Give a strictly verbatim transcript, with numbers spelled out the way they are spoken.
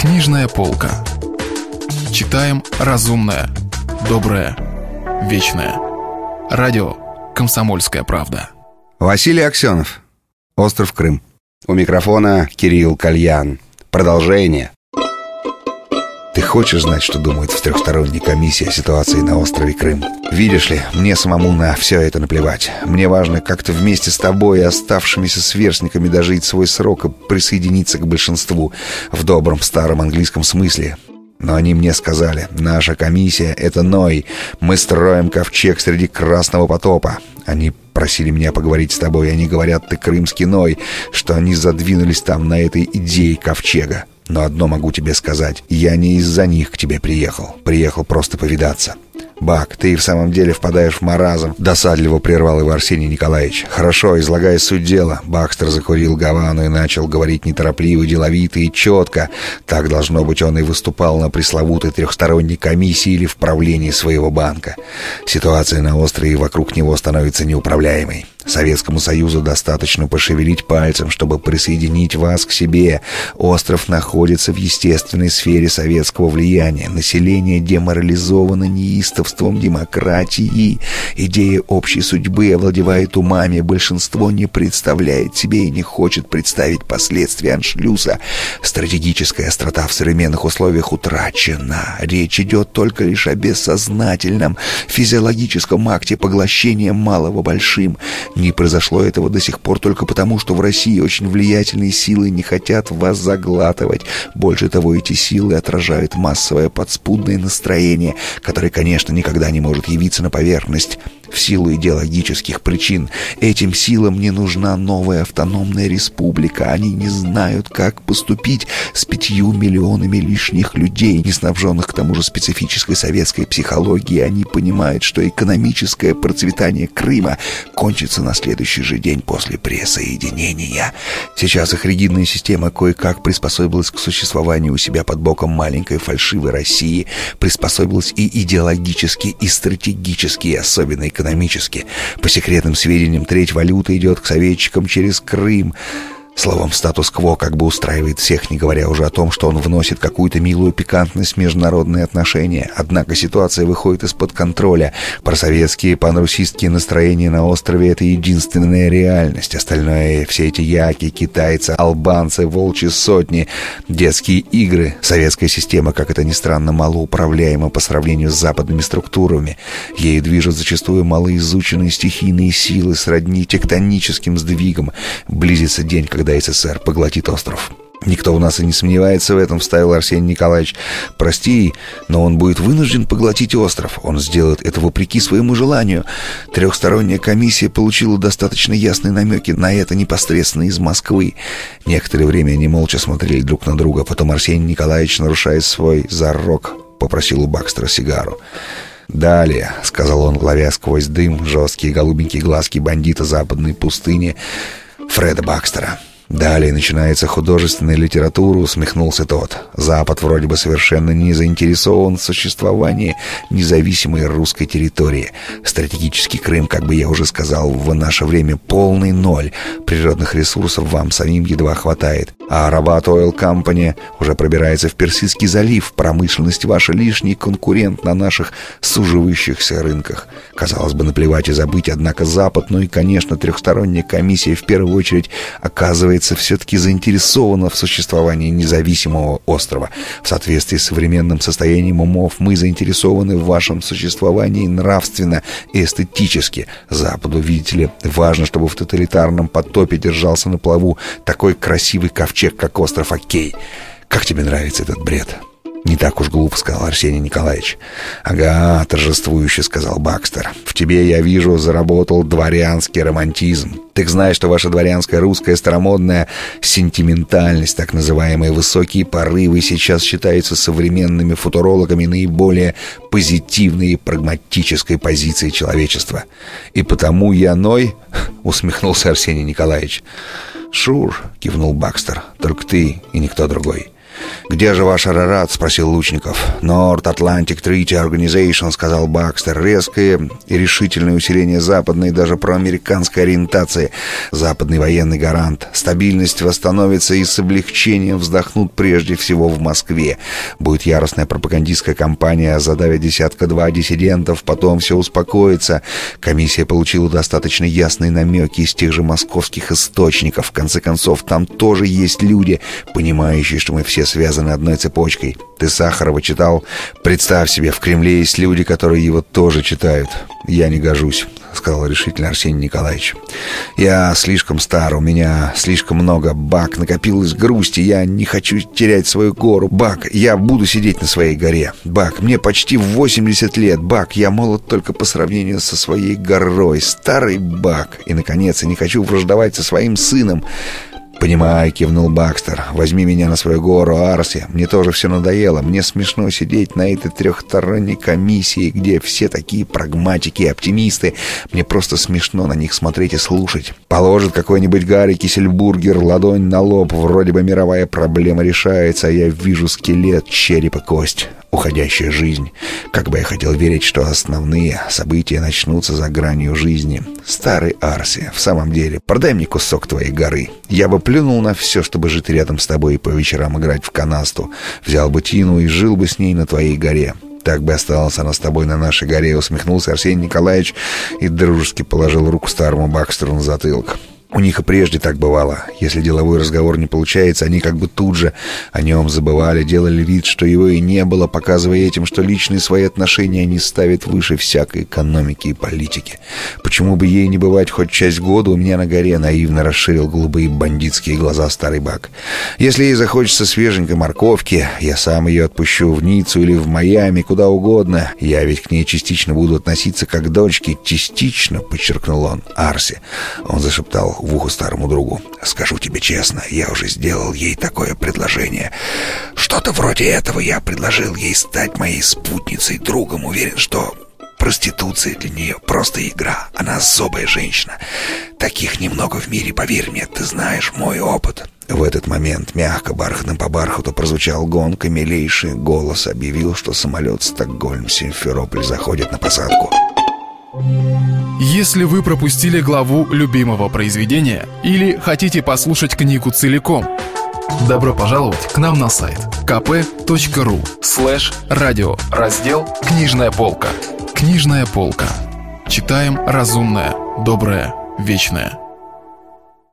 Книжная полка. Читаем разумное, доброе, вечное. Радио «Комсомольская правда». Василий Аксенов. Остров Крым. У микрофона Кирилл Кальян. Продолжение. Ты хочешь знать, что думает в трехсторонней комиссии о ситуации на острове Крым? Видишь ли, мне самому на все это наплевать. Мне важно как-то вместе с тобой и оставшимися сверстниками дожить свой срок и присоединиться к большинству в добром старом английском смысле. Но они мне сказали: наша комиссия — это Ной. Мы строим ковчег среди Красного потопа. Они просили меня поговорить с тобой, и они говорят: ты крымский Ной, что они задвинулись там на этой идее ковчега. Но одно могу тебе сказать: я не из-за них к тебе приехал. Приехал просто повидаться. Бак, ты и в самом деле впадаешь в маразм. Досадливо прервал его Арсений Николаевич. Хорошо, излагая суть дела. Бакстер закурил гавану и начал говорить неторопливо, деловито и четко. Так, должно быть, он и выступал на пресловутой трехсторонней комиссии или в правлении своего банка. Ситуация на острове вокруг него становится неуправляемой. Советскому Союзу достаточно пошевелить пальцем, чтобы присоединить вас к себе. Остров находится в естественной сфере советского влияния. Население деморализовано неистовством демократии. Идея общей судьбы овладевает умами. Большинство не представляет себе и не хочет представить последствия аншлюса. Стратегическая острота в современных условиях утрачена. Речь идет только лишь о бессознательном физиологическом акте поглощения малого большим. Не произошло этого до сих пор только потому, что в России очень влиятельные силы не хотят вас заглатывать. Больше того, эти силы отражают массовое подспудное настроение, которое, конечно, никогда не может явиться на поверхность в силу идеологических причин. Этим силам не нужна новая автономная республика. Они не знают, как поступить с пятью миллионами лишних людей, не снабженных к тому же специфической советской психологией. Они понимают, что экономическое процветание Крыма кончится на следующий же день после присоединения. Сейчас их ригидная система кое-как приспособилась к существованию у себя под боком маленькой фальшивой России, приспособилась и идеологически, и стратегически, и особенно экономически. По секретным сведениям, треть валюты идет к советчикам через Крым. Словом, статус-кво как бы устраивает всех, не говоря уже о том, что он вносит какую-то милую пикантность в международные отношения. Однако ситуация выходит из-под контроля. Просоветские, панрусистские настроения на острове — это единственная реальность. Остальное — все эти яки, китайцы, албанцы, волчьи сотни, детские игры. Советская система, как это ни странно, малоуправляема по сравнению с западными структурами. Ею движут зачастую малоизученные стихийные силы, сродни тектоническим сдвигам. Близится день, когда СССР поглотит остров. Никто у нас и не сомневается в этом, вставил Арсений Николаевич. Прости, но он будет вынужден поглотить остров. Он сделает это вопреки своему желанию. Трехсторонняя комиссия получила достаточно ясные намеки на это непосредственно из Москвы. Некоторое время они молча смотрели друг на друга. Потом Арсений Николаевич, нарушая свой зарок, попросил у Бакстера сигару. «Далее», — сказал он, ловя сквозь дым жесткие голубенькие глазки бандита западной пустыни Фреда Бакстера. «Далее начинается художественная литература», — усмехнулся тот. «Запад вроде бы совершенно не заинтересован в существовании независимой русской территории. Стратегический Крым, как бы я уже сказал, в наше время полный ноль. Природных ресурсов вам самим едва хватает. А Rabat Oil Company уже пробирается в Персидский залив. Промышленность ваша лишний конкурент на наших суживающихся рынках. Казалось бы, наплевать и забыть, однако Запад, ну и, конечно, трехсторонняя комиссия в первую очередь оказывает все-таки заинтересована в существовании независимого острова. В соответствии с современным состоянием умов мы заинтересованы в вашем существовании нравственно и эстетически. Западу, видите ли, важно, чтобы в тоталитарном потопе держался на плаву такой красивый ковчег, как остров Окей. Как тебе нравится этот бред?» «Не так уж глупо», — сказал Арсений Николаевич. «Ага», — торжествующе сказал Бакстер. «В тебе, я вижу, заработал дворянский романтизм. Ты знаешь, что ваша дворянская русская старомодная сентиментальность, так называемые высокие порывы, сейчас считаются современными футурологами наиболее позитивной и прагматической позицией человечества. И потому я Ной», — усмехнулся Арсений Николаевич. «Шур», — кивнул Бакстер, — «только ты и никто другой». «Где же ваш Арарат?» — спросил Лучников. «North Atlantic Treaty Organization», — сказал Бакстер. «Резкое и решительное усиление западной, даже проамериканской ориентации. Западный военный гарант. Стабильность восстановится и с облегчением вздохнут прежде всего в Москве. Будет яростная пропагандистская кампания, задавит десятка-два диссидентов, потом все успокоится. Комиссия получила достаточно ясные намеки из тех же московских источников. В конце концов, там тоже есть люди, понимающие, что мы все связаны одной цепочкой. Ты Сахарова читал? Представь себе, в Кремле есть люди, которые его тоже читают. Я не гожусь», — сказал решительно Арсений Николаевич. «Я слишком стар, у меня слишком много, Бак, накопилось грусти, я не хочу терять свою гору. Бак, я буду сидеть на своей горе. Бак, мне почти восемьдесят лет. Бак, я молод только по сравнению со своей горой. Старый Бак. И, наконец, я не хочу враждовать со своим сыном». «Понимаю», — кивнул Бакстер. «Возьми меня на свою гору, Арси. Мне тоже все надоело. Мне смешно сидеть на этой трехсторонней комиссии, где все такие прагматики и оптимисты. Мне просто смешно на них смотреть и слушать. Положит какой-нибудь Гарри Киссельбургер ладонь на лоб, вроде бы мировая проблема решается, а я вижу скелет, череп и кость. Уходящая жизнь. Как бы я хотел верить, что основные события начнутся за гранью жизни. Старый Арси, в самом деле, продай мне кусок твоей горы. Я бы плюнул на все, чтобы жить рядом с тобой и по вечерам играть в канасту. Взял бы Тину и жил бы с ней на твоей горе. Так бы осталась она с тобой на нашей горе», — усмехнулся Арсений Николаевич и дружески положил руку старому Бакстеру на затылок. У них и прежде так бывало. Если деловой разговор не получается, они как бы тут же о нем забывали, делали вид, что его и не было, показывая этим, что личные свои отношения они ставят выше всякой экономики и политики. «Почему бы ей не бывать хоть часть года у меня на горе?» — наивно расширил голубые бандитские глаза старый Бак. «Если ей захочется свеженькой морковки, я сам ее отпущу в Ниццу или в Майами, куда угодно. Я ведь к ней частично буду относиться как к дочке. Частично», — подчеркнул он. «Арси», — он зашептал в ухо старому другу, «скажу тебе честно, я уже сделал ей такое предложение. Что-то вроде этого. Я предложил ей стать моей спутницей, другом. Уверен, что проституция для нее просто игра. Она особая женщина. Таких немного в мире, поверь мне, ты знаешь мой опыт». В этот момент мягко, бархатным по бархату прозвучал гонг, и милейший голос объявил, что самолет Стокгольм-Симферополь заходит на посадку. Если вы пропустили главу любимого произведения или хотите послушать книгу целиком, добро пожаловать к нам на сайт kp.ru слэш радио, раздел «Книжная полка». Книжная полка. Читаем разумное, доброе, вечное.